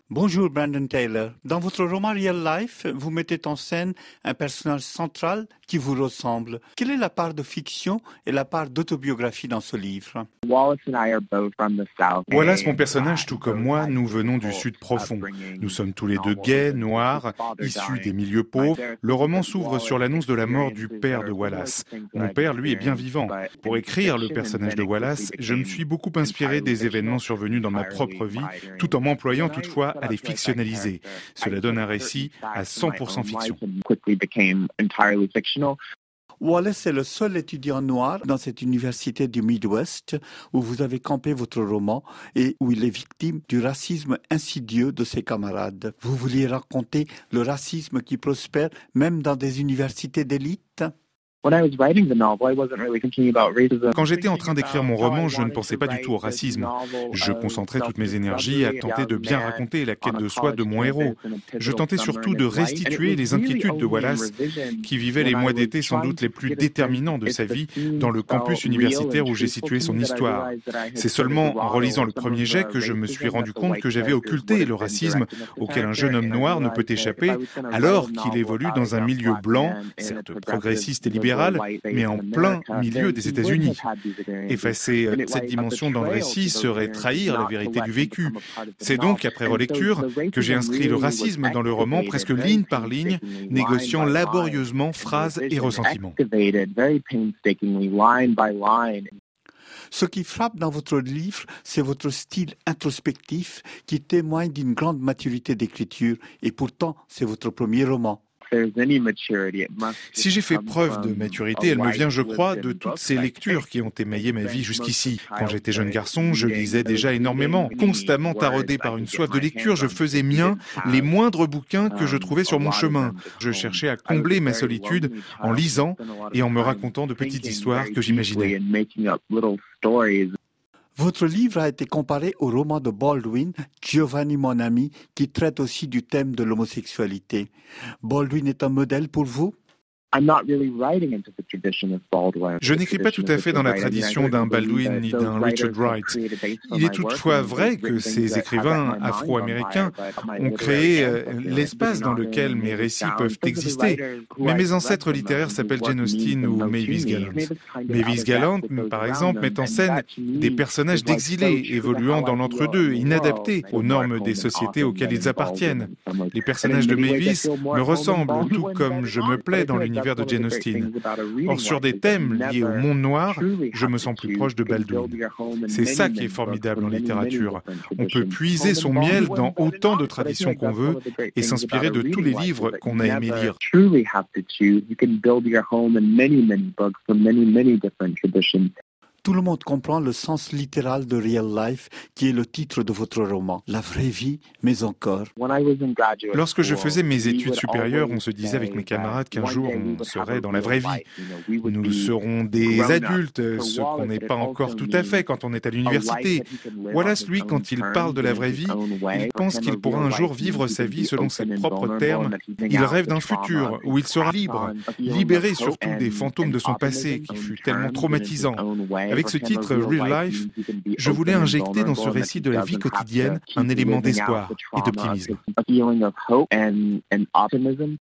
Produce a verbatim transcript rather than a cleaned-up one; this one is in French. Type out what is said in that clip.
Bonjour Brandon Taylor. Dans votre roman Real Life, vous mettez en scène un personnage central qui vous ressemble. Quelle est la part de fiction et la part d'autobiographie dans ce livre? Wallace, mon personnage, tout comme moi, nous venons du Sud profond. Nous sommes tous les deux gays, noirs, issus des milieux pauvres. Le roman s'ouvre sur l'annonce de la mort du père de Wallace. Mon père, lui, est bien vivant. Pour écrire le personnage de Wallace, je me suis beaucoup inspiré des événements survenus dans ma propre vie, tout en m'employant toutefois à les fictionnaliser. Cela donne un récit à cent pour cent fiction. Wallace est le seul étudiant noir dans cette université du Midwest où vous avez campé votre roman et où il est victime du racisme insidieux de ses camarades. Vous vouliez raconter le racisme qui prospère même dans des universités d'élite? Quand j'étais en train d'écrire mon roman, je ne pensais pas du tout au racisme. Je concentrais toutes mes énergies à tenter de bien raconter la quête de soi de mon héros. Je tentais surtout de restituer les inquiétudes de Wallace, qui vivait les mois d'été sans doute les plus déterminants de sa vie dans le campus universitaire où j'ai situé son histoire. C'est seulement en relisant le premier jet que je me suis rendu compte que j'avais occulté le racisme auquel un jeune homme noir ne peut échapper alors qu'il évolue dans un milieu blanc, certes progressiste et libéral, mais en plein milieu des États-Unis. Effacer cette dimension dans le récit serait trahir la vérité du vécu. C'est donc après relecture que j'ai inscrit le racisme dans le roman presque ligne par ligne, négociant laborieusement phrases et ressentiments. Ce qui frappe dans votre livre, c'est votre style introspectif qui témoigne d'une grande maturité d'écriture et pourtant c'est votre premier roman. Si j'ai fait preuve de maturité, elle me vient, je crois, de toutes ces lectures qui ont émaillé ma vie jusqu'ici. Quand j'étais jeune garçon, je lisais déjà énormément. Constamment taraudé par une soif de lecture, je faisais mien les moindres bouquins que je trouvais sur mon chemin. Je cherchais à combler ma solitude en lisant et en me racontant de petites histoires que j'imaginais. Votre livre a été comparé au roman de Baldwin, Giovanni mon ami, qui traite aussi du thème de l'homosexualité. Baldwin est un modèle pour vous? Je n'écris pas tout à fait dans la tradition d'un Baldwin ni d'un Richard Wright. Il est toutefois vrai que ces écrivains afro-américains ont créé l'espace dans lequel mes récits peuvent exister. Mais mes ancêtres littéraires s'appellent Jane Austen ou Mavis Gallant. Mavis Gallant, par exemple, met en scène des personnages d'exilés évoluant dans l'entre-deux, inadaptés aux normes des sociétés auxquelles ils appartiennent. Les personnages de Mavis me ressemblent, tout comme je me plais dans l'univers de Jane Austen. Or, sur des thèmes liés au monde noir, je me sens plus proche de Baldwin. C'est ça qui est formidable en littérature. On peut puiser son miel dans autant de traditions qu'on veut et s'inspirer de tous les livres qu'on a aimé lire. Tout le monde comprend le sens littéral de Real Life, qui est le titre de votre roman. La vraie vie, mais encore. Lorsque je faisais mes études supérieures, on se disait avec mes camarades qu'un jour on serait dans la vraie vie. Nous serons des adultes, ce qu'on n'est pas encore tout à fait quand on est à l'université. Wallace, lui, quand il parle de la vraie vie, il pense qu'il pourra un jour vivre sa vie selon ses propres termes. Il rêve d'un futur où il sera libre, libéré surtout des fantômes de son passé qui fut tellement traumatisant. Avec ce titre Real Life, je voulais injecter dans ce récit de la vie quotidienne un élément d'espoir et d'optimisme.